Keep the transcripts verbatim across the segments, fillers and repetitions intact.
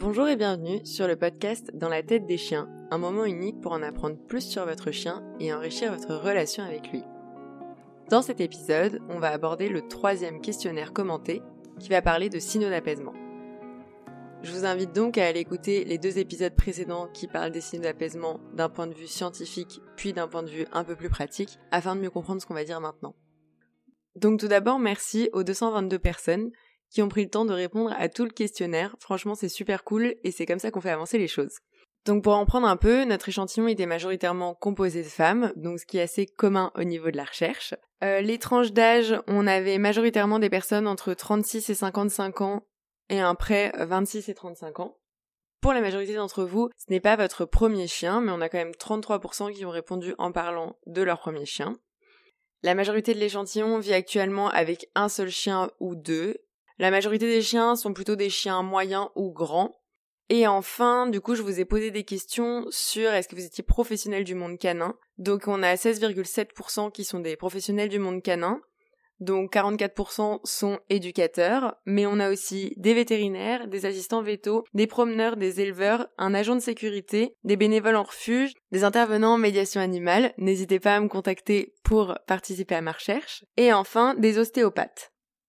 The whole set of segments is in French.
Bonjour et bienvenue sur le podcast Dans la tête des chiens, un moment unique pour en apprendre plus sur votre chien et enrichir votre relation avec lui. Dans cet épisode, on va aborder le troisième questionnaire commenté qui va parler de signaux d'apaisement. Je vous invite donc à aller écouter les deux épisodes précédents qui parlent des signaux d'apaisement d'un point de vue scientifique puis d'un point de vue un peu plus pratique afin de mieux comprendre ce qu'on va dire maintenant. Donc tout d'abord, merci aux deux cent vingt-deux personnes qui ont pris le temps de répondre à tout le questionnaire. Franchement, c'est super cool et c'est comme ça qu'on fait avancer les choses. Donc pour en prendre un peu, notre échantillon était majoritairement composé de femmes, donc ce qui est assez commun au niveau de la recherche. Euh, les tranches d'âge, on avait majoritairement des personnes entre trente-six et cinquante-cinq ans et un près vingt-six et trente-cinq ans. Pour la majorité d'entre vous, ce n'est pas votre premier chien, mais on a quand même trente-trois pour cent qui ont répondu en parlant de leur premier chien. La majorité de l'échantillon vit actuellement avec un seul chien ou deux. La majorité des chiens sont plutôt des chiens moyens ou grands. Et enfin, du coup, je vous ai posé des questions sur est-ce que vous étiez professionnel du monde canin. Donc on a seize virgule sept pour cent qui sont des professionnels du monde canin. Donc quarante-quatre pour cent sont éducateurs, mais on a aussi des vétérinaires, des assistants vétos, des promeneurs, des éleveurs, un agent de sécurité, des bénévoles en refuge, des intervenants en médiation animale, n'hésitez pas à me contacter pour participer à ma recherche, et enfin des ostéopathes.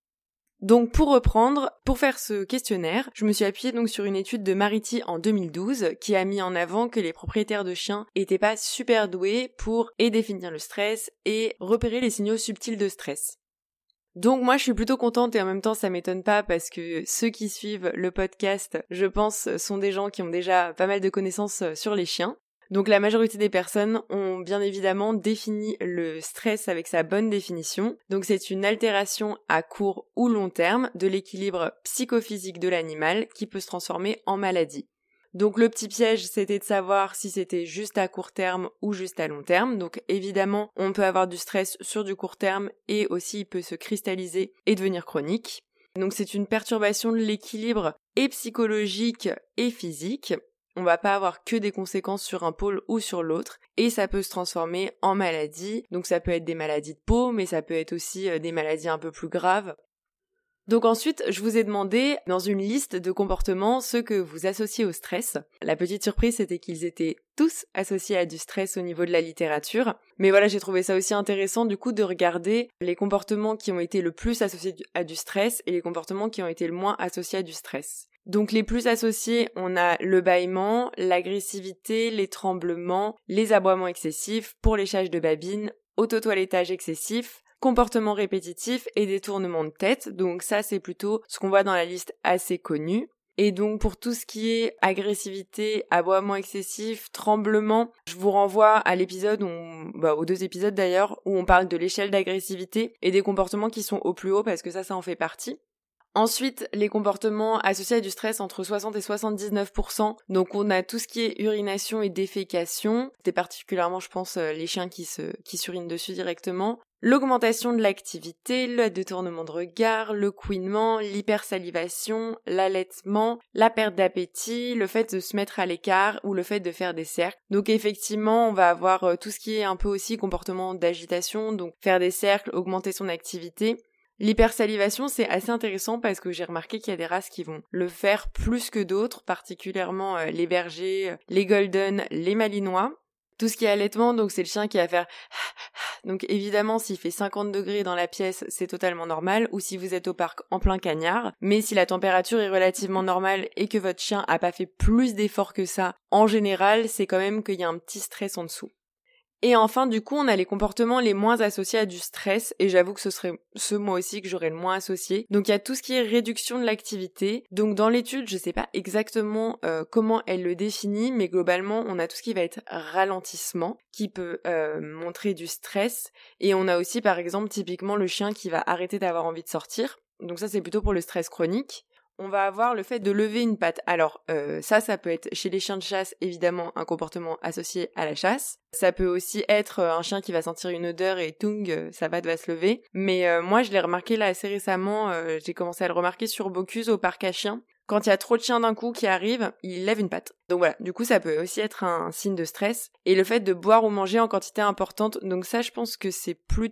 Donc pour reprendre, pour faire ce questionnaire, je me suis appuyée donc sur une étude de Mariti en deux mille douze qui a mis en avant que les propriétaires de chiens étaient pas super doués pour et définir le stress et repérer les signaux subtils de stress. Donc moi je suis plutôt contente et en même temps ça m'étonne pas parce que ceux qui suivent le podcast, je pense, sont des gens qui ont déjà pas mal de connaissances sur les chiens. Donc la majorité des personnes ont bien évidemment défini le stress avec sa bonne définition. Donc c'est une altération à court ou long terme de l'équilibre psychophysique de l'animal qui peut se transformer en maladie. Donc le petit piège, c'était de savoir si c'était juste à court terme ou juste à long terme. Donc évidemment, on peut avoir du stress sur du court terme et aussi il peut se cristalliser et devenir chronique. Donc c'est une perturbation de l'équilibre et psychologique et physique. On va pas avoir que des conséquences sur un pôle ou sur l'autre et ça peut se transformer en maladie. Donc ça peut être des maladies de peau, mais ça peut être aussi des maladies un peu plus graves. Donc ensuite, je vous ai demandé dans une liste de comportements ceux que vous associez au stress. La petite surprise, c'était qu'ils étaient tous associés à du stress au niveau de la littérature. Mais voilà, j'ai trouvé ça aussi intéressant du coup de regarder les comportements qui ont été le plus associés à du stress et les comportements qui ont été le moins associés à du stress. Donc les plus associés, on a le bâillement, l'agressivité, les tremblements, les aboiements excessifs, pourléchage de babine, autotoilettage excessif, comportements répétitifs et détournement de tête. Donc ça, c'est plutôt ce qu'on voit dans la liste assez connue. Et donc pour tout ce qui est agressivité, aboiement excessif, tremblement, je vous renvoie à l'épisode, où on, bah, aux deux épisodes d'ailleurs, où on parle de l'échelle d'agressivité et des comportements qui sont au plus haut parce que ça, ça en fait partie. Ensuite, les comportements associés à du stress entre soixante et soixante-dix-neuf pour cent. Donc on a tout ce qui est urination et défécation. C'est particulièrement, je pense, les chiens qui se qui s'urinent dessus directement. L'augmentation de l'activité, le détournement de regard, le couinement, l'hypersalivation, l'allaitement, la perte d'appétit, le fait de se mettre à l'écart ou le fait de faire des cercles. Donc effectivement, on va avoir tout ce qui est un peu aussi comportement d'agitation, donc faire des cercles, augmenter son activité. L'hypersalivation, c'est assez intéressant parce que j'ai remarqué qu'il y a des races qui vont le faire plus que d'autres, particulièrement euh, les bergers, les golden, les malinois. Tout ce qui est allaitement, donc c'est le chien qui va faire... Donc évidemment, s'il fait cinquante degrés dans la pièce, c'est totalement normal, ou si vous êtes au parc en plein cagnard. Mais si la température est relativement normale et que votre chien a pas fait plus d'efforts que ça, en général, c'est quand même qu'il y a un petit stress en dessous. Et enfin, du coup, on a les comportements les moins associés à du stress, et j'avoue que ce serait ce moi aussi que j'aurais le moins associé. Donc il y a tout ce qui est réduction de l'activité. Donc dans l'étude, je sais pas exactement euh, comment elle le définit, mais globalement, on a tout ce qui va être ralentissement, qui peut euh, montrer du stress. Et on a aussi, par exemple, typiquement le chien qui va arrêter d'avoir envie de sortir. Donc ça, c'est plutôt pour le stress chronique. On va avoir le fait de lever une patte. Alors euh, ça, ça peut être chez les chiens de chasse, évidemment, un comportement associé à la chasse. Ça peut aussi être un chien qui va sentir une odeur et tung, sa patte va se lever. Mais euh, moi, je l'ai remarqué là assez récemment, euh, j'ai commencé à le remarquer sur Bocuse au parc à chiens. Quand il y a trop de chiens d'un coup qui arrivent, il lève une patte. Donc voilà, du coup ça peut aussi être un signe de stress. Et le fait de boire ou manger en quantité importante, donc ça je pense que c'est plutôt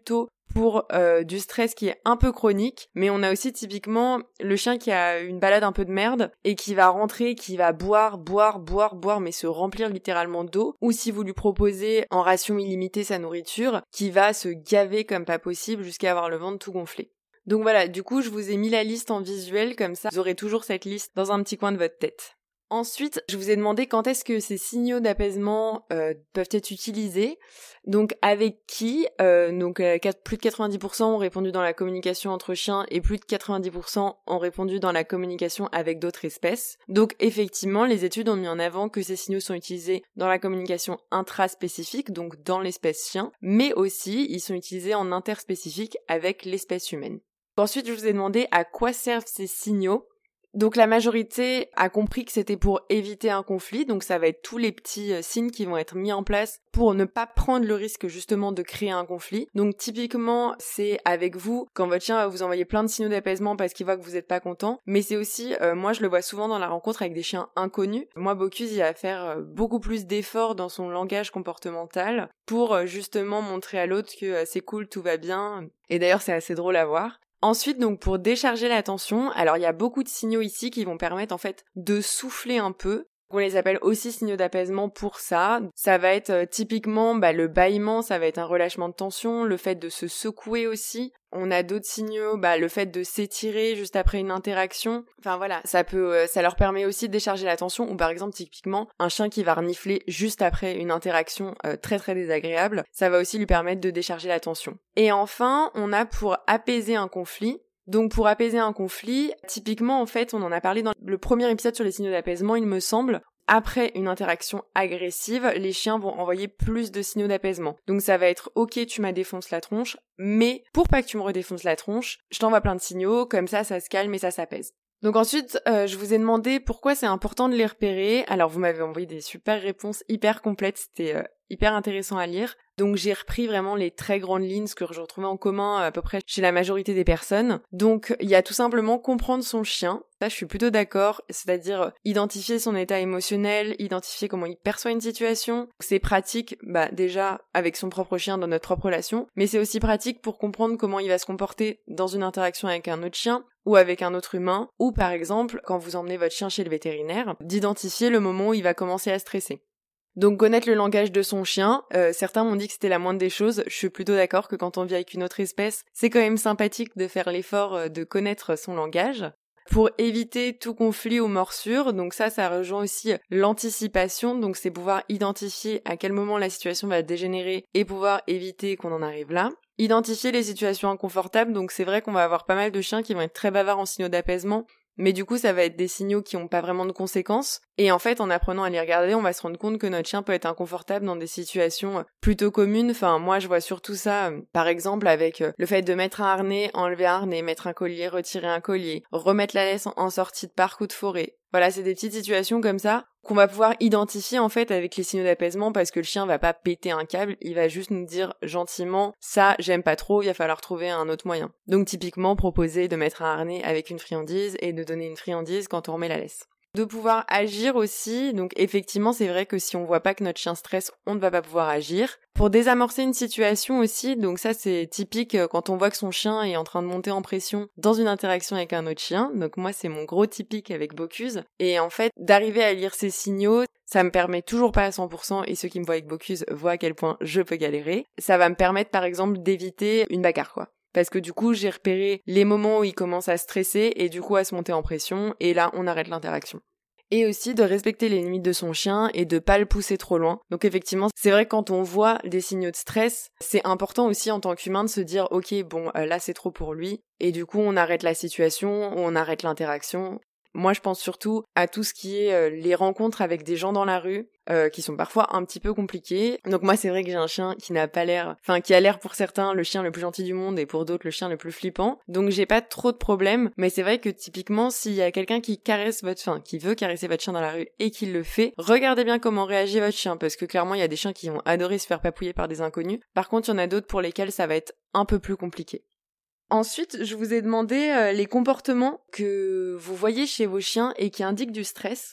pour euh, du stress qui est un peu chronique, mais on a aussi typiquement le chien qui a une balade un peu de merde et qui va rentrer, qui va boire, boire, boire, boire, mais se remplir littéralement d'eau, ou si vous lui proposez en ration illimitée sa nourriture, qui va se gaver comme pas possible jusqu'à avoir le ventre tout gonflé. Donc voilà, du coup je vous ai mis la liste en visuel, comme ça vous aurez toujours cette liste dans un petit coin de votre tête. Ensuite, je vous ai demandé quand est-ce que ces signaux d'apaisement euh, peuvent être utilisés. Donc avec qui euh, Donc euh, plus de quatre-vingt-dix pour cent ont répondu dans la communication entre chiens et plus de quatre-vingt-dix pour cent ont répondu dans la communication avec d'autres espèces. Donc effectivement, les études ont mis en avant que ces signaux sont utilisés dans la communication intraspécifique, donc dans l'espèce chien, mais aussi ils sont utilisés en interspécifique avec l'espèce humaine. Ensuite, je vous ai demandé à quoi servent ces signaux. Donc la majorité a compris que c'était pour éviter un conflit, donc ça va être tous les petits euh, signes qui vont être mis en place pour ne pas prendre le risque justement de créer un conflit. Donc typiquement, c'est avec vous, quand votre chien va vous envoyer plein de signaux d'apaisement parce qu'il voit que vous n'êtes pas content, mais c'est aussi, euh, moi je le vois souvent dans la rencontre avec des chiens inconnus. Moi, Bocuse, il va faire euh, beaucoup plus d'efforts dans son langage comportemental pour euh, justement montrer à l'autre que euh, c'est cool, tout va bien, et d'ailleurs c'est assez drôle à voir. Ensuite, donc pour décharger la tension, alors il y a beaucoup de signaux ici qui vont permettre en fait de souffler un peu. On les appelle aussi signaux d'apaisement pour ça. Ça va être euh, typiquement bah, le bâillement, ça va être un relâchement de tension, le fait de se secouer aussi. On a d'autres signaux, bah, le fait de s'étirer juste après une interaction. Enfin voilà, ça peut, euh, ça leur permet aussi de décharger la tension. Ou par exemple, typiquement, un chien qui va renifler juste après une interaction euh, très très désagréable, ça va aussi lui permettre de décharger la tension. Et enfin, on a pour apaiser un conflit. Donc pour apaiser un conflit, typiquement en fait, on en a parlé dans le premier épisode sur les signaux d'apaisement, il me semble. Après une interaction agressive, les chiens vont envoyer plus de signaux d'apaisement. Donc ça va être « Ok, tu m'as défoncé la tronche, mais pour pas que tu me redéfonces la tronche, je t'envoie plein de signaux, comme ça, ça se calme et ça s'apaise. » Donc ensuite, euh, je vous ai demandé pourquoi c'est important de les repérer. Alors vous m'avez envoyé des super réponses hyper complètes, c'était euh, hyper intéressant à lire. Donc j'ai repris vraiment les très grandes lignes, ce que je retrouvais en commun à peu près chez la majorité des personnes. Donc il y a tout simplement comprendre son chien. Ça, je suis plutôt d'accord, c'est-à-dire identifier son état émotionnel, identifier comment il perçoit une situation. C'est pratique, bah déjà avec son propre chien dans notre propre relation, mais c'est aussi pratique pour comprendre comment il va se comporter dans une interaction avec un autre chien ou avec un autre humain, ou par exemple, quand vous emmenez votre chien chez le vétérinaire, d'identifier le moment où il va commencer à stresser. Donc connaître le langage de son chien, euh, certains m'ont dit que c'était la moindre des choses, je suis plutôt d'accord que quand on vit avec une autre espèce, c'est quand même sympathique de faire l'effort de connaître son langage. Pour éviter tout conflit ou morsure, donc ça, ça rejoint aussi l'anticipation, donc c'est pouvoir identifier à quel moment la situation va dégénérer et pouvoir éviter qu'on en arrive là. Identifier les situations inconfortables, donc c'est vrai qu'on va avoir pas mal de chiens qui vont être très bavards en signaux d'apaisement, mais du coup ça va être des signaux qui n'ont pas vraiment de conséquences, et en fait en apprenant à les regarder, on va se rendre compte que notre chien peut être inconfortable dans des situations plutôt communes. Enfin moi je vois surtout ça, par exemple avec le fait de mettre un harnais, enlever un harnais, mettre un collier, retirer un collier, remettre la laisse en sortie de parc ou de forêt. Voilà, c'est des petites situations comme ça qu'on va pouvoir identifier en fait avec les signaux d'apaisement, parce que le chien va pas péter un câble, il va juste nous dire gentiment « ça j'aime pas trop, il va falloir trouver un autre moyen ». Donc typiquement proposer de mettre un harnais avec une friandise et de donner une friandise quand on remet la laisse. De pouvoir agir aussi, donc effectivement c'est vrai que si on voit pas que notre chien stresse, on ne va pas pouvoir agir. Pour désamorcer une situation aussi, donc ça c'est typique quand on voit que son chien est en train de monter en pression dans une interaction avec un autre chien, donc moi c'est mon gros typique avec Bocuse, et en fait d'arriver à lire ces signaux, ça me permet toujours pas à cent pour cent, et ceux qui me voient avec Bocuse voient à quel point je peux galérer, ça va me permettre par exemple d'éviter une bagarre quoi. Parce que du coup, j'ai repéré les moments où il commence à stresser et du coup à se monter en pression, et là, on arrête l'interaction. Et aussi de respecter les limites de son chien et de pas le pousser trop loin. Donc effectivement, c'est vrai que quand on voit des signaux de stress, c'est important aussi en tant qu'humain de se dire « Ok, bon, là c'est trop pour lui », et du coup on arrête la situation, on arrête l'interaction. Moi, je pense surtout à tout ce qui est euh, les rencontres avec des gens dans la rue, euh, qui sont parfois un petit peu compliquées. Donc moi, c'est vrai que j'ai un chien qui n'a pas l'air, enfin qui a l'air pour certains le chien le plus gentil du monde et pour d'autres le chien le plus flippant. Donc j'ai pas trop de problèmes, mais c'est vrai que typiquement, s'il y a quelqu'un qui caresse votre, enfin qui veut caresser votre chien dans la rue et qui le fait, regardez bien comment réagit votre chien, parce que clairement, il y a des chiens qui vont adorer se faire papouiller par des inconnus. Par contre, il y en a d'autres pour lesquels ça va être un peu plus compliqué. Ensuite, je vous ai demandé euh, les comportements que vous voyez chez vos chiens et qui indiquent du stress.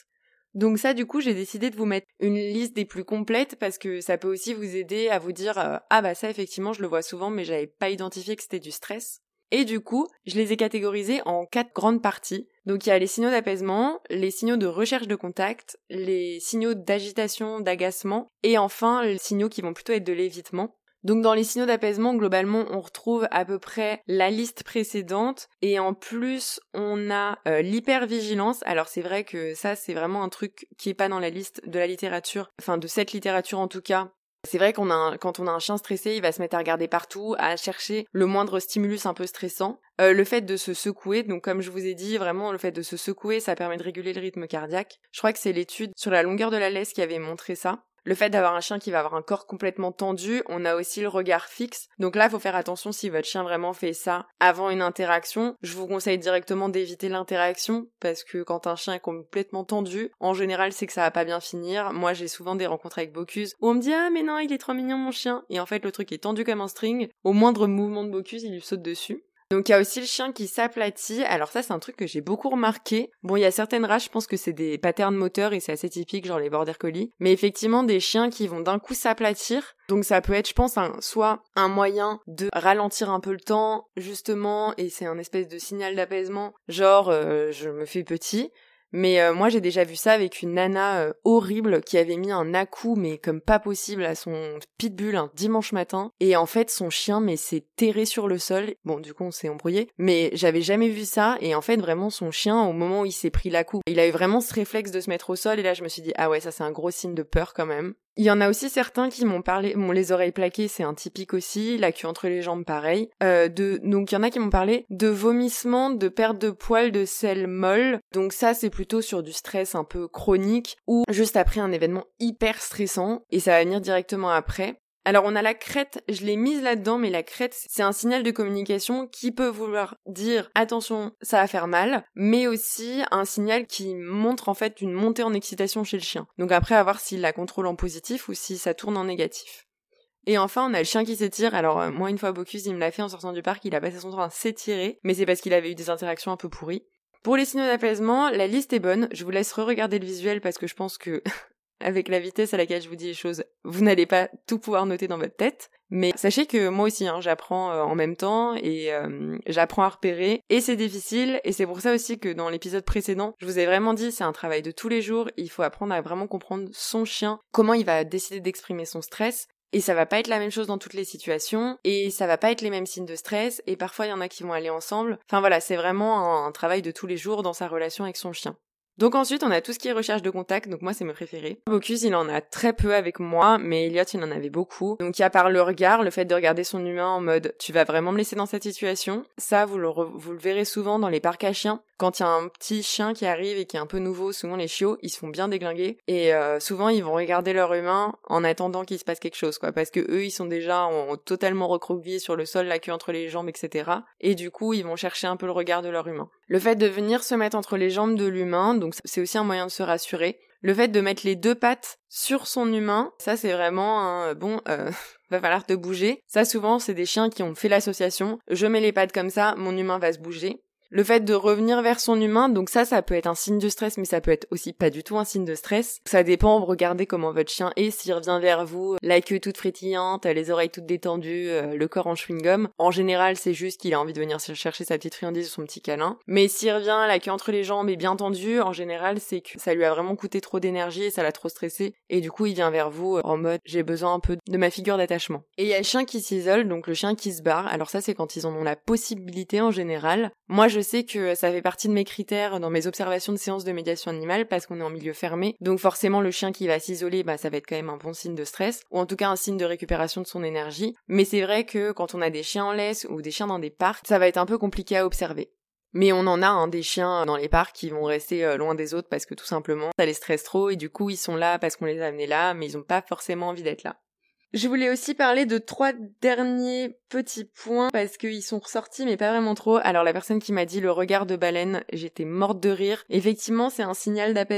Donc ça, du coup, j'ai décidé de vous mettre une liste des plus complètes parce que ça peut aussi vous aider à vous dire euh, « Ah bah ça, effectivement, je le vois souvent, mais j'avais pas identifié que c'était du stress ». Et du coup, je les ai catégorisés en quatre grandes parties. Donc il y a les signaux d'apaisement, les signaux de recherche de contact, les signaux d'agitation, d'agacement, et enfin les signaux qui vont plutôt être de l'évitement. Donc dans les signaux d'apaisement, globalement, on retrouve à peu près la liste précédente et en plus, on a euh, l'hypervigilance. Alors c'est vrai que ça, c'est vraiment un truc qui est pas dans la liste de la littérature, enfin de cette littérature en tout cas. C'est vrai qu'on a un, quand on a un chien stressé, il va se mettre à regarder partout, à chercher le moindre stimulus un peu stressant. Euh, le fait de se secouer, donc comme je vous ai dit, vraiment le fait de se secouer, ça permet de réguler le rythme cardiaque. Je crois que c'est l'étude sur la longueur de la laisse qui avait montré ça. Le fait d'avoir un chien qui va avoir un corps complètement tendu, on a aussi le regard fixe. Donc là, il faut faire attention si votre chien vraiment fait ça avant une interaction. Je vous conseille directement d'éviter l'interaction parce que quand un chien est complètement tendu, en général, c'est que ça va pas bien finir. Moi, j'ai souvent des rencontres avec Bocuse où on me dit « Ah mais non, il est trop mignon mon chien !» Et en fait, le truc est tendu comme un string. Au moindre mouvement de Bocuse, il lui saute dessus. Donc il y a aussi le chien qui s'aplatit, alors ça c'est un truc que j'ai beaucoup remarqué. Bon, il y a certaines races, je pense que c'est des patterns moteurs et c'est assez typique, genre les border collie, mais effectivement des chiens qui vont d'un coup s'aplatir. Donc ça peut être, je pense, un, soit un moyen de ralentir un peu le temps, justement, et c'est un espèce de signal d'apaisement, genre euh, je me fais petit. Mais euh, moi j'ai déjà vu ça avec une nana euh, horrible qui avait mis un à-coup mais comme pas possible à son pitbull un dimanche matin et en fait son chien mais s'est terré sur le sol. Bon du coup on s'est embrouillé mais j'avais jamais vu ça et en fait vraiment son chien au moment où il s'est pris l'à-coup, il a eu vraiment ce réflexe de se mettre au sol et là je me suis dit ah ouais ça c'est un gros signe de peur quand même. Il y en a aussi certains qui m'ont parlé, bon les oreilles plaquées c'est un typique aussi, la queue entre les jambes pareil, euh, de, donc il y en a qui m'ont parlé de vomissements, de perte de poils, de selles molles, donc ça c'est plutôt sur du stress un peu chronique ou juste après un événement hyper stressant et ça va venir directement après. Alors on a la crête, je l'ai mise là-dedans, mais la crête c'est un signal de communication qui peut vouloir dire attention ça va faire mal, mais aussi un signal qui montre en fait une montée en excitation chez le chien. Donc après à voir s'il la contrôle en positif ou si ça tourne en négatif. Et enfin, on a le chien qui s'étire. Alors euh, moi une fois Bocuse il me l'a fait en sortant du parc, il a passé son temps à s'étirer, mais c'est parce qu'il avait eu des interactions un peu pourries. Pour les signaux d'apaisement, la liste est bonne, je vous laisse re-regarder le visuel parce que je pense que avec la vitesse à laquelle je vous dis les choses, vous n'allez pas tout pouvoir noter dans votre tête. Mais sachez que moi aussi, hein, j'apprends euh, en même temps et euh, j'apprends à repérer. Et c'est difficile et c'est pour ça aussi que dans l'épisode précédent, je vous ai vraiment dit c'est un travail de tous les jours. Il faut apprendre à vraiment comprendre son chien, comment il va décider d'exprimer son stress. Et ça va pas être la même chose dans toutes les situations, et ça va pas être les mêmes signes de stress, et parfois il y en a qui vont aller ensemble. Enfin voilà, c'est vraiment un, un travail de tous les jours dans sa relation avec son chien. Donc ensuite, on a tout ce qui est recherche de contact, donc moi c'est mes préférés. Bocuse, il en a très peu avec moi, mais Elliot, il en avait beaucoup. Donc il y a par le regard, le fait de regarder son humain en mode « tu vas vraiment me laisser dans cette situation ?» Ça, vous le, re- vous le verrez souvent dans les parcs à chiens. Quand il y a un petit chien qui arrive et qui est un peu nouveau, souvent les chiots, ils se font bien déglinguer. Et euh, souvent, ils vont regarder leur humain en attendant qu'il se passe quelque chose, quoi. Parce que eux, ils sont déjà en, totalement recroquevillés sur le sol, la queue entre les jambes, et cetera. Et du coup, ils vont chercher un peu le regard de leur humain. Le fait de venir se mettre entre les jambes de l'humain, donc c'est aussi un moyen de se rassurer. Le fait de mettre les deux pattes sur son humain, ça c'est vraiment un bon... Euh... va falloir te bouger. Ça souvent, c'est des chiens qui ont fait l'association. Je mets les pattes comme ça, mon humain va se bouger. Le fait de revenir vers son humain, donc ça, ça peut être un signe de stress, mais ça peut être aussi pas du tout un signe de stress. Ça dépend, regardez comment votre chien est, s'il revient vers vous, la queue toute frétillante, les oreilles toutes détendues, euh, le corps en chewing-gum. En général, c'est juste qu'il a envie de venir chercher sa petite friandise ou son petit câlin. Mais s'il revient, la queue entre les jambes est bien tendue, en général, c'est que ça lui a vraiment coûté trop d'énergie et ça l'a trop stressé. Et du coup, il vient vers vous en mode, j'ai besoin un peu de ma figure d'attachement. Et il y a le chien qui s'isole, donc le chien qui se barre. Alors ça, c'est quand ils en ont la possibilité en général. Moi, je sais que ça fait partie de mes critères dans mes observations de séances de médiation animale parce qu'on est en milieu fermé. Donc forcément, le chien qui va s'isoler, bah ça va être quand même un bon signe de stress ou en tout cas un signe de récupération de son énergie. Mais c'est vrai que quand on a des chiens en laisse ou des chiens dans des parcs, ça va être un peu compliqué à observer. Mais on en a hein, des chiens dans les parcs qui vont rester euh, loin des autres parce que tout simplement, ça les stresse trop et du coup, ils sont là parce qu'on les a amenés là, mais ils ont pas forcément envie d'être là. Je voulais aussi parler de trois derniers petits points parce qu'ils sont ressortis mais pas vraiment trop. Alors la personne qui m'a dit le regard de baleine, j'étais morte de rire. Effectivement, c'est un signal d'apaisement.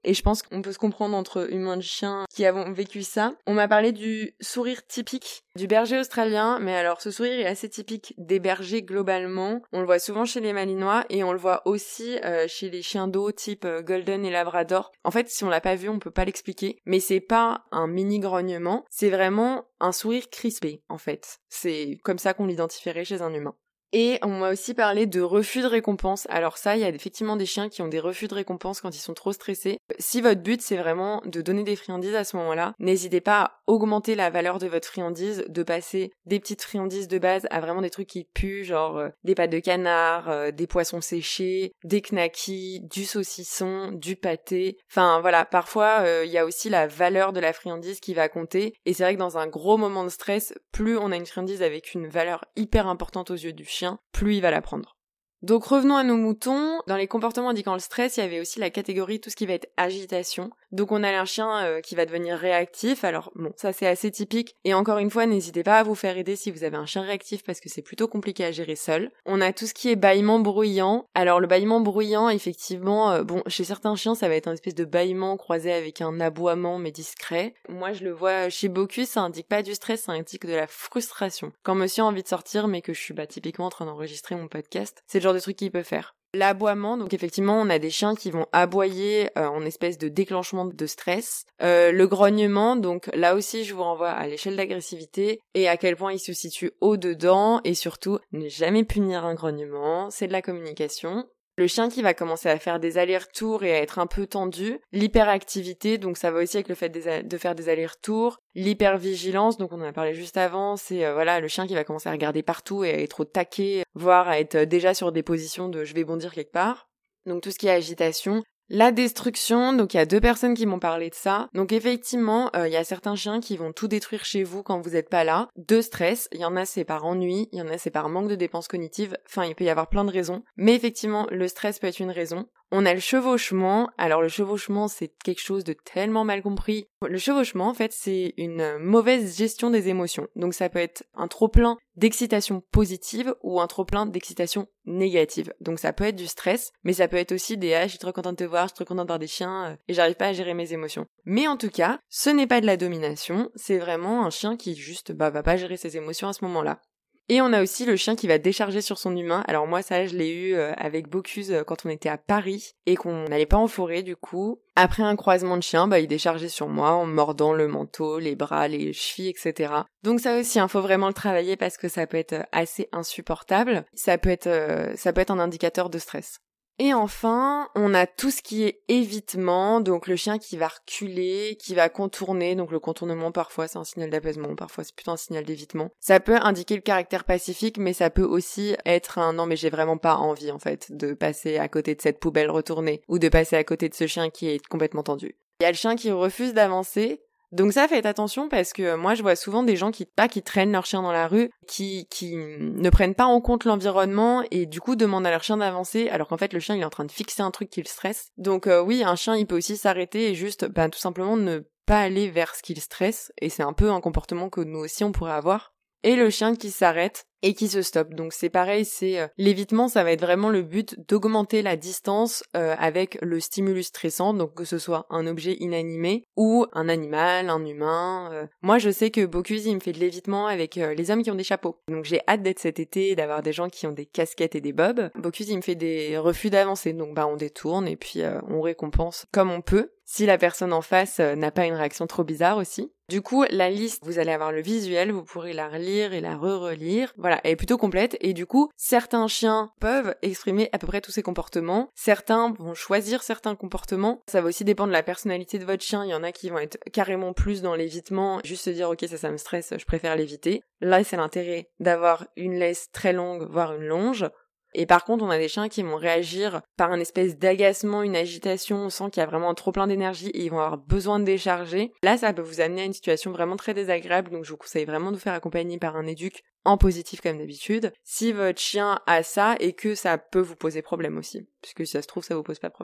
Et je pense qu'on peut se comprendre entre humains et chiens qui avons vécu ça. On m'a parlé du sourire typique du berger australien, mais alors ce sourire est assez typique des bergers globalement. On le voit souvent chez les malinois et on le voit aussi euh, chez les chiens d'eau type euh, golden et labrador. En fait, si on l'a pas vu, on peut pas l'expliquer, mais c'est pas un mini grognement, c'est vraiment un sourire crispé en fait. C'est comme ça qu'on l'identifierait chez un humain. Et on m'a aussi parlé de refus de récompense. Alors ça, il y a effectivement des chiens qui ont des refus de récompense quand ils sont trop stressés. Si votre but, c'est vraiment de donner des friandises à ce moment-là, n'hésitez pas à augmenter la valeur de votre friandise, de passer des petites friandises de base à vraiment des trucs qui puent, genre euh, des pâtes de canard, euh, des poissons séchés, des knackis, du saucisson, du pâté. Enfin voilà, parfois, il euh, y a aussi la valeur de la friandise qui va compter. Et c'est vrai que dans un gros moment de stress, plus on a une friandise avec une valeur hyper importante aux yeux du chien, plus il va la prendre. Donc revenons à nos moutons. Dans les comportements indiquant le stress, il y avait aussi la catégorie tout ce qui va être agitation. Donc on a un chien euh, qui va devenir réactif. Alors bon, ça c'est assez typique. Et encore une fois, n'hésitez pas à vous faire aider si vous avez un chien réactif parce que c'est plutôt compliqué à gérer seul. On a tout ce qui est bâillement bruyant. Alors le bâillement bruyant, effectivement, euh, bon, chez certains chiens, ça va être un espèce de bâillement croisé avec un aboiement mais discret. Moi, je le vois chez Bocuse, ça indique pas du stress, ça indique de la frustration. Quand monsieur a envie de sortir mais que je suis bah, typiquement en train d'enregistrer mon podcast, c'est le genre de truc qu'il peut faire. L'aboiement, donc effectivement, on a des chiens qui vont aboyer euh, en espèce de déclenchement de stress. Euh, le grognement, donc là aussi, je vous renvoie à l'échelle d'agressivité et à quel point il se situe au-dedans et surtout, ne jamais punir un grognement, c'est de la communication. Le chien qui va commencer à faire des allers-retours et à être un peu tendu. L'hyperactivité, donc ça va aussi avec le fait des a- de faire des allers-retours. L'hypervigilance, donc on en a parlé juste avant, c'est euh, voilà le chien qui va commencer à regarder partout et à être au taquet, voire à être déjà sur des positions de je vais bondir quelque part. Donc tout ce qui est agitation. La destruction, donc il y a deux personnes qui m'ont parlé de ça. Donc effectivement, il euh, y a certains chiens qui vont tout détruire chez vous quand vous n'êtes pas là. De stress, il y en a c'est par ennui, il y en a c'est par manque de dépenses cognitives. Enfin, il peut y avoir plein de raisons. Mais effectivement, le stress peut être une raison. On a le chevauchement. Alors le chevauchement, c'est quelque chose de tellement mal compris. Le chevauchement, en fait, c'est une mauvaise gestion des émotions. Donc ça peut être un trop-plein d'excitation positive ou un trop-plein d'excitation négative. Donc ça peut être du stress, mais ça peut être aussi des « ah, je suis trop contente de te voir, je suis trop contente de voir des chiens euh, et j'arrive pas à gérer mes émotions ». Mais en tout cas, ce n'est pas de la domination, c'est vraiment un chien qui juste bah va pas gérer ses émotions à ce moment-là. Et on a aussi le chien qui va décharger sur son humain. Alors moi ça je l'ai eu euh, avec Bocuse euh, quand on était à Paris et qu'on n'allait pas en forêt du coup. Après un croisement de chiens, bah il déchargeait sur moi en mordant le manteau, les bras, les chevilles, et cetera. Donc ça aussi, il hein, faut vraiment le travailler parce que ça peut être assez insupportable. Ça peut être, euh, ça peut être un indicateur de stress. Et enfin, on a tout ce qui est évitement, donc le chien qui va reculer, qui va contourner, donc le contournement parfois c'est un signal d'apaisement, parfois c'est plutôt un signal d'évitement. Ça peut indiquer le caractère pacifique, mais ça peut aussi être un non mais j'ai vraiment pas envie en fait de passer à côté de cette poubelle retournée ou de passer à côté de ce chien qui est complètement tendu. Il y a le chien qui refuse d'avancer. Donc ça, faites attention parce que moi je vois souvent des gens qui pas qui traînent leur chien dans la rue, qui qui ne prennent pas en compte l'environnement et du coup demandent à leur chien d'avancer alors qu'en fait le chien il est en train de fixer un truc qui le stresse. Donc euh, oui, un chien il peut aussi s'arrêter et juste bah tout simplement ne pas aller vers ce qui le stresse et c'est un peu un comportement que nous aussi on pourrait avoir. Et le chien qui s'arrête et qui se stoppe. Donc c'est pareil, c'est euh, l'évitement, ça va être vraiment le but d'augmenter la distance euh, avec le stimulus stressant, donc que ce soit un objet inanimé ou un animal, un humain. Euh. Moi je sais que Bocuse il me fait de l'évitement avec euh, les hommes qui ont des chapeaux. Donc j'ai hâte d'être cet été et d'avoir des gens qui ont des casquettes et des bobs. Bocuse il me fait des refus d'avancer, donc bah on détourne et puis euh, on récompense comme on peut. Si la personne en face euh, n'a pas une réaction trop bizarre aussi. Du coup, la liste, vous allez avoir le visuel, vous pourrez la relire et la re-relire. Voilà, elle est plutôt complète. Et du coup, certains chiens peuvent exprimer à peu près tous ces comportements. Certains vont choisir certains comportements. Ça va aussi dépendre de la personnalité de votre chien. Il y en a qui vont être carrément plus dans l'évitement. Juste se dire, ok, ça, ça me stresse, je préfère l'éviter. Là, c'est l'intérêt d'avoir une laisse très longue, voire une longe. Et par contre, on a des chiens qui vont réagir par un espèce d'agacement, une agitation, on sent qu'il y a vraiment trop plein d'énergie et ils vont avoir besoin de décharger. Là, ça peut vous amener à une situation vraiment très désagréable, donc je vous conseille vraiment de vous faire accompagner par un éduc en positif comme d'habitude. Si votre chien a ça et que ça peut vous poser problème aussi, puisque si ça se trouve, ça vous pose pas de problème.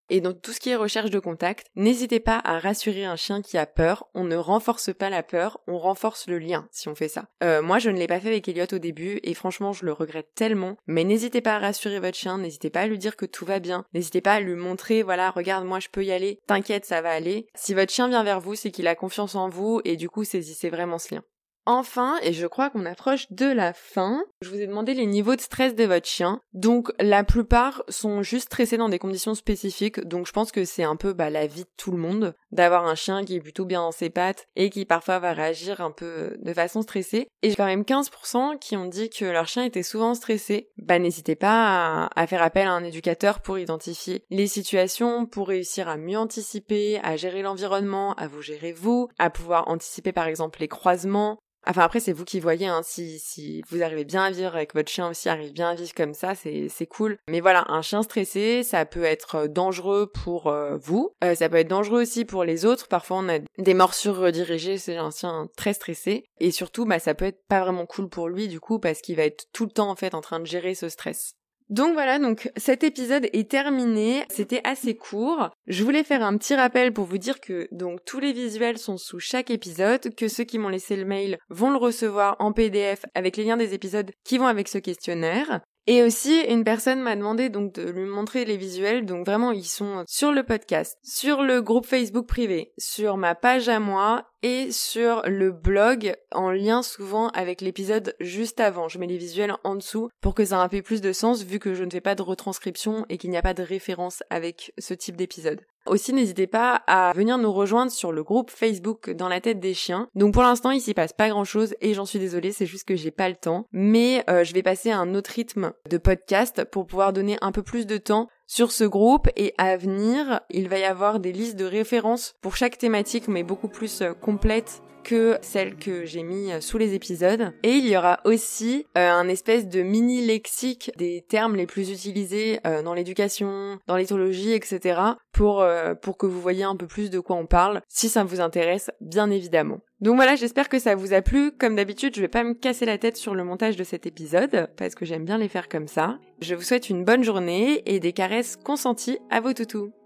Et donc tout ce qui est recherche de contact, n'hésitez pas à rassurer un chien qui a peur. On ne renforce pas la peur, on renforce le lien si on fait ça. Euh, moi je ne l'ai pas fait avec Elliot au début et franchement je le regrette tellement. Mais n'hésitez pas à rassurer votre chien, n'hésitez pas à lui dire que tout va bien, n'hésitez pas à lui montrer, voilà, regarde moi je peux y aller, t'inquiète ça va aller. Si votre chien vient vers vous, c'est qu'il a confiance en vous et du coup saisissez vraiment ce lien. Enfin, et je crois qu'on approche de la fin, je vous ai demandé les niveaux de stress de votre chien. Donc la plupart sont juste stressés dans des conditions spécifiques, donc je pense que c'est un peu bah, la vie de tout le monde, d'avoir un chien qui est plutôt bien dans ses pattes et qui parfois va réagir un peu de façon stressée. Et j'ai quand même quinze pour cent qui ont dit que leur chien était souvent stressé. Bah n'hésitez pas à, à faire appel à un éducateur pour identifier les situations, pour réussir à mieux anticiper, à gérer l'environnement, à vous gérer vous, à pouvoir anticiper par exemple les croisements. Enfin après c'est vous qui voyez, hein, si, si vous arrivez bien à vivre avec votre chien aussi, arrive bien à vivre comme ça, c'est, c'est cool. Mais voilà, un chien stressé, ça peut être dangereux pour euh, vous, euh, ça peut être dangereux aussi pour les autres, parfois on a des morsures redirigées, c'est un chien très stressé, et surtout bah ça peut être pas vraiment cool pour lui du coup, parce qu'il va être tout le temps en fait en train de gérer ce stress. Donc voilà, donc cet épisode est terminé, c'était assez court. Je voulais faire un petit rappel pour vous dire que donc tous les visuels sont sous chaque épisode, que ceux qui m'ont laissé le mail vont le recevoir en P D F avec les liens des épisodes qui vont avec ce questionnaire. Et aussi, une personne m'a demandé donc de lui montrer les visuels, donc vraiment ils sont sur le podcast, sur le groupe Facebook privé, sur ma page à moi et sur le blog en lien souvent avec l'épisode juste avant. Je mets les visuels en dessous pour que ça ait un peu plus de sens vu que je ne fais pas de retranscription et qu'il n'y a pas de référence avec ce type d'épisode. Aussi, n'hésitez pas à venir nous rejoindre sur le groupe Facebook Dans la tête des chiens. Donc pour l'instant, il s'y passe pas grand chose et j'en suis désolée, c'est juste que j'ai pas le temps. Mais euh, je vais passer à un autre rythme de podcast pour pouvoir donner un peu plus de temps sur ce groupe, et à venir, il va y avoir des listes de références pour chaque thématique, mais beaucoup plus euh, complètes que celles que j'ai mis sous les épisodes. Et il y aura aussi euh, un espèce de mini lexique des termes les plus utilisés euh, dans l'éducation, dans l'éthologie, et cetera pour euh, pour que vous voyez un peu plus de quoi on parle, si ça vous intéresse, bien évidemment. Donc voilà, j'espère que ça vous a plu. Comme d'habitude, je vais pas me casser la tête sur le montage de cet épisode, parce que j'aime bien les faire comme ça. Je vous souhaite une bonne journée et des caresses consenties à vos toutous.